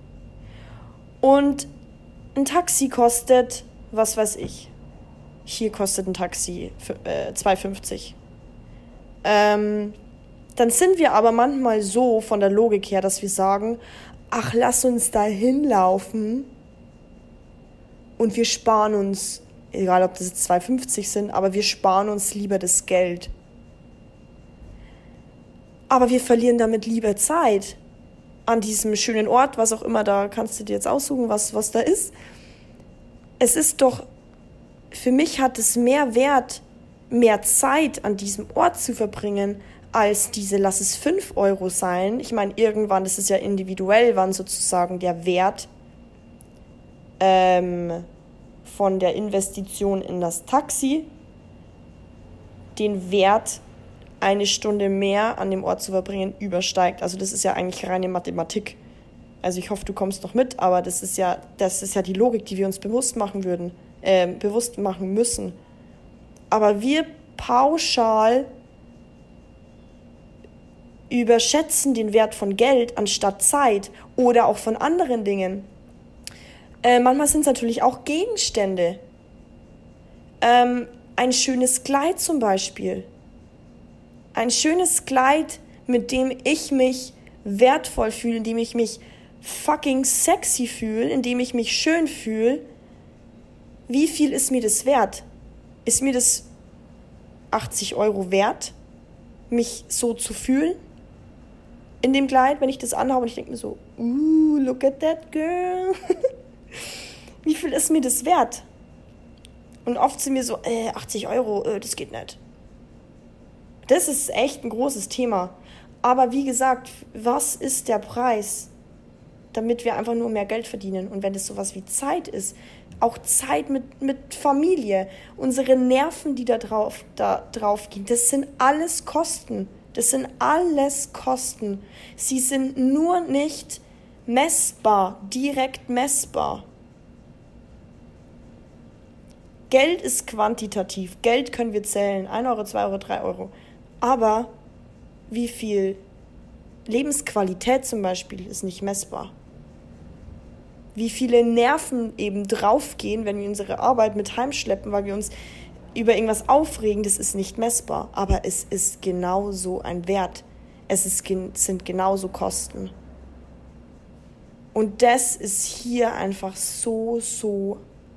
Und ein Taxi kostet, was weiß ich, hier kostet ein Taxi äh, zwei fünfzig. Ähm, dann sind wir aber manchmal so von der Logik her, dass wir sagen, ach, lass uns da hinlaufen und wir sparen uns, egal ob das jetzt zwei fünfzig sind, aber wir sparen uns lieber das Geld. Aber wir verlieren damit lieber Zeit. an diesem schönen Ort, was auch immer, da kannst du dir jetzt aussuchen, was, was da ist. Es ist doch, für mich hat es mehr Wert, mehr Zeit an diesem Ort zu verbringen, als diese, lass es fünf Euro sein. Ich meine, irgendwann, das ist ja individuell, wann sozusagen der Wert ähm, von der Investition in das Taxi den Wert, eine Stunde mehr an dem Ort zu verbringen, übersteigt. Also das ist ja eigentlich reine Mathematik. Also ich hoffe, du kommst noch mit, aber das ist ja, das ist ja die Logik, die wir uns bewusst machen würden, äh, bewusst machen müssen. Aber wir pauschal überschätzen den Wert von Geld anstatt Zeit oder auch von anderen Dingen. Äh, manchmal sind es natürlich auch Gegenstände. Ähm, ein schönes Kleid zum Beispiel. Ein schönes Kleid, mit dem ich mich wertvoll fühle, in dem ich mich fucking sexy fühle, in dem ich mich schön fühle. Wie viel ist mir das wert? Ist mir das achtzig Euro wert, mich so zu fühlen? In dem Kleid, wenn ich das anhabe und ich denke mir so, uh, look at that girl. Wie viel ist mir das wert? Und oft sind wir so, äh, achtzig Euro, äh, das geht nicht. Das ist echt ein großes Thema. Aber wie gesagt, was ist der Preis, damit wir einfach nur mehr Geld verdienen? Und wenn es sowas wie Zeit ist, auch Zeit mit, mit Familie, unsere Nerven, die da drauf, da drauf gehen, das sind alles Kosten. Das sind alles Kosten. Sie sind nur nicht messbar, direkt messbar. Geld ist quantitativ. Geld können wir zählen. ein Euro, zwei Euro, drei Euro. Aber wie viel Lebensqualität zum Beispiel ist nicht messbar. Wie viele Nerven eben draufgehen, wenn wir unsere Arbeit mit heimschleppen, weil wir uns über irgendwas aufregen, das ist nicht messbar. Aber es ist genauso ein Wert. Es ist, sind genauso Kosten. Und das ist hier einfach so, so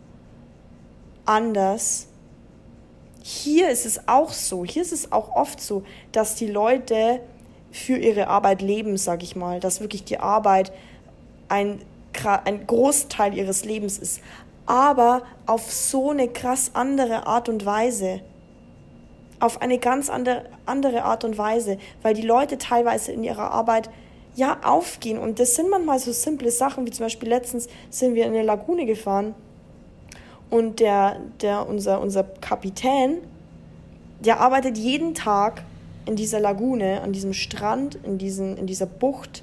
anders. Hier ist es auch so, hier ist es auch oft so, dass die Leute für ihre Arbeit leben, sag ich mal, dass wirklich die Arbeit ein, ein Großteil ihres Lebens ist, aber auf so eine krass andere Art und Weise, auf eine ganz andere, andere Art und Weise, weil die Leute teilweise in ihrer Arbeit ja aufgehen und das sind manchmal so simple Sachen, wie zum Beispiel letztens sind wir in eine Lagune gefahren. Und der, der, unser, unser Kapitän, der arbeitet jeden Tag in dieser Lagune, an diesem Strand, in, diesen, in dieser Bucht.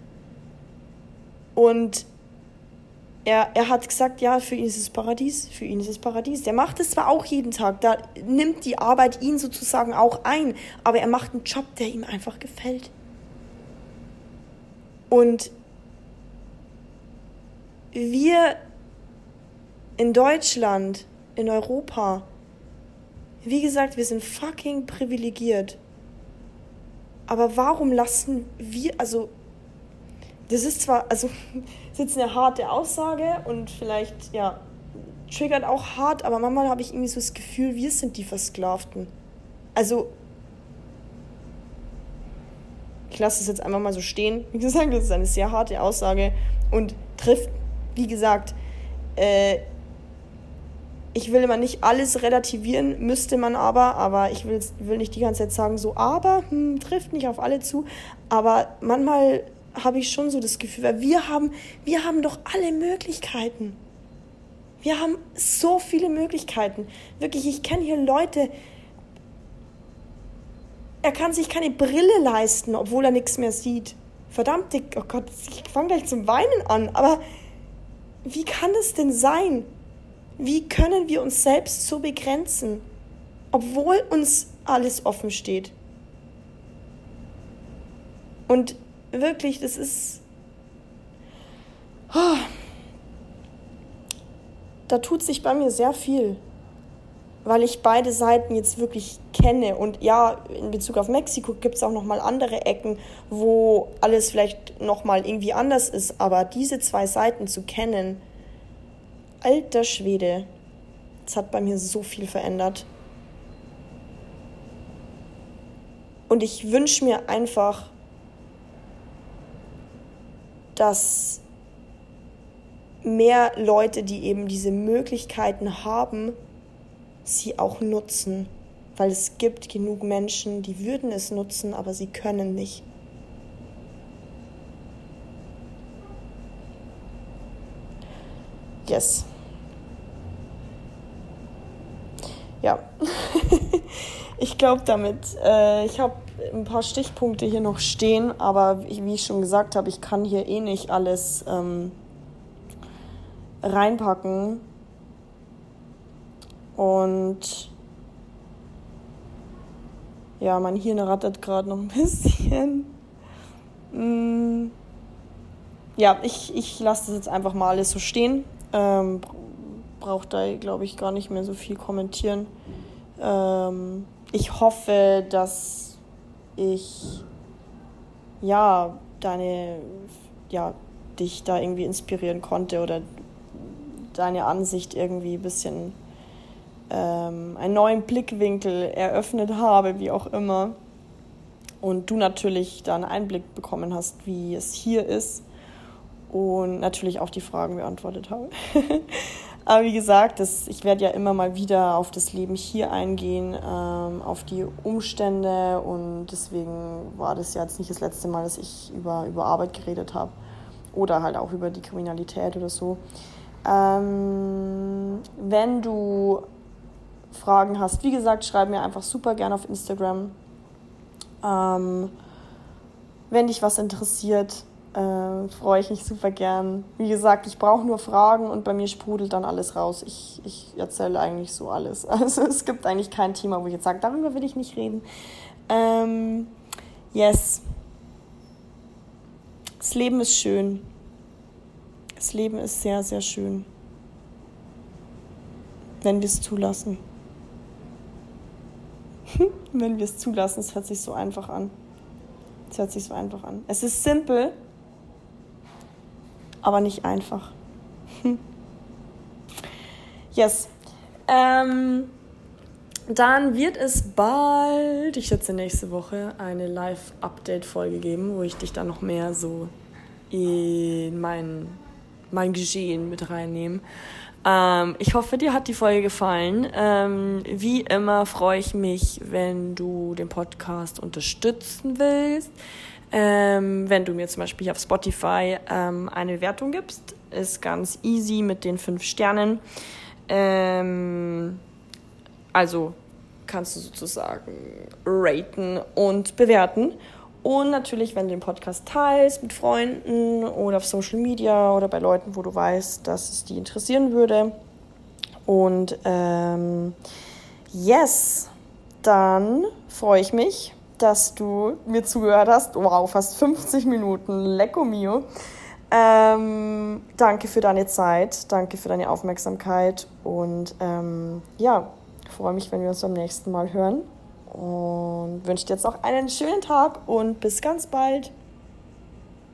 Und er, er hat gesagt, ja, für ihn ist es Paradies, für ihn ist es Paradies. Der macht es zwar auch jeden Tag, da nimmt die Arbeit ihn sozusagen auch ein, aber er macht einen Job, der ihm einfach gefällt. Und wir in Deutschland, in Europa, wie gesagt, wir sind fucking privilegiert. Aber warum lassen wir, also, das ist zwar, also, das ist jetzt eine harte Aussage und vielleicht, ja, triggert auch hart, aber manchmal habe ich irgendwie so das Gefühl, wir sind die Versklavten. Also, ich lasse es jetzt einfach mal so stehen. Wie gesagt, das ist eine sehr harte Aussage und trifft, wie gesagt, äh, ich will immer nicht alles relativieren, müsste man aber, aber ich will, will nicht die ganze Zeit sagen, so, aber, hm, trifft nicht auf alle zu, aber manchmal habe ich schon so das Gefühl, weil wir haben, wir haben doch alle Möglichkeiten. Wir haben so viele Möglichkeiten. Wirklich, ich kenne hier Leute, er kann sich keine Brille leisten, obwohl er nichts mehr sieht. Verdammt, oh Gott, ich fange gleich zum Weinen an, aber wie kann das denn sein? Wie können wir uns selbst so begrenzen, obwohl uns alles offen steht? Und wirklich, das ist... Oh, da tut sich bei mir sehr viel, weil ich beide Seiten jetzt wirklich kenne. Und ja, in Bezug auf Mexiko gibt es auch nochmal andere Ecken, wo alles vielleicht nochmal irgendwie anders ist. Aber diese zwei Seiten zu kennen... Alter Schwede, das hat bei mir so viel verändert. Und ich wünsche mir einfach, dass mehr Leute, die eben diese Möglichkeiten haben, sie auch nutzen. Weil es gibt genug Menschen, die würden es nutzen, aber sie können nicht. Yes. Ja. Ich glaube damit, äh, ich habe ein paar Stichpunkte hier noch stehen, aber wie ich schon gesagt habe, ich kann hier eh nicht alles ähm, reinpacken. Und ja, mein Hirn rattert gerade noch ein bisschen. Mm. Ja, ich, ich lasse das jetzt einfach mal alles so stehen. Ähm, brauche da, glaube ich, gar nicht mehr so viel kommentieren. Ähm, ich hoffe, dass ich ja deine, ja, dich da irgendwie inspirieren konnte oder deine Ansicht irgendwie ein bisschen ähm, einen neuen Blickwinkel eröffnet habe, wie auch immer. Und du natürlich da einen Einblick bekommen hast, wie es hier ist. Und natürlich auch die Fragen beantwortet habe. Aber wie gesagt, das, ich werde ja immer mal wieder auf das Leben hier eingehen, ähm, auf die Umstände. Und deswegen war das ja jetzt nicht das letzte Mal, dass ich über, über Arbeit geredet habe. Oder halt auch über die Kriminalität oder so. Ähm, wenn du Fragen hast, wie gesagt, schreib mir einfach super gerne auf Instagram. Ähm, wenn dich was interessiert, Äh, freue ich mich super gern. Wie gesagt, ich brauche nur Fragen und bei mir sprudelt dann alles raus. Ich, ich erzähle eigentlich so alles. Also es gibt eigentlich kein Thema, wo ich jetzt sage, darüber will ich nicht reden. Ähm, yes. Das Leben ist schön. Das Leben ist sehr, sehr schön. Wenn wir es zulassen. Wenn wir es zulassen, es hört sich so einfach an. Es hört sich so einfach an. Es ist simpel, aber nicht einfach. Yes. Ähm, dann wird es bald, ich schätze nächste Woche, eine Live-Update-Folge geben, wo ich dich dann noch mehr so in mein, mein Geschehen mit reinnehme. Ähm, ich hoffe, dir hat die Folge gefallen. Ähm, wie immer freue ich mich, wenn du den Podcast unterstützen willst. Ähm, wenn du mir zum Beispiel auf Spotify ähm, eine Bewertung gibst, ist ganz easy mit den fünf Sternen. Ähm, also kannst du sozusagen raten und bewerten. Und natürlich, wenn du den Podcast teilst mit Freunden oder auf Social Media oder bei Leuten, wo du weißt, dass es die interessieren würde. Und ähm, yes, dann freue ich mich, dass du mir zugehört hast. Wow, fast fünfzig Minuten, lecco mio. Ähm, danke für deine Zeit, danke für deine Aufmerksamkeit und ähm, ja, ich freue mich, wenn wir uns beim nächsten Mal hören und wünsche dir jetzt noch einen schönen Tag und bis ganz bald.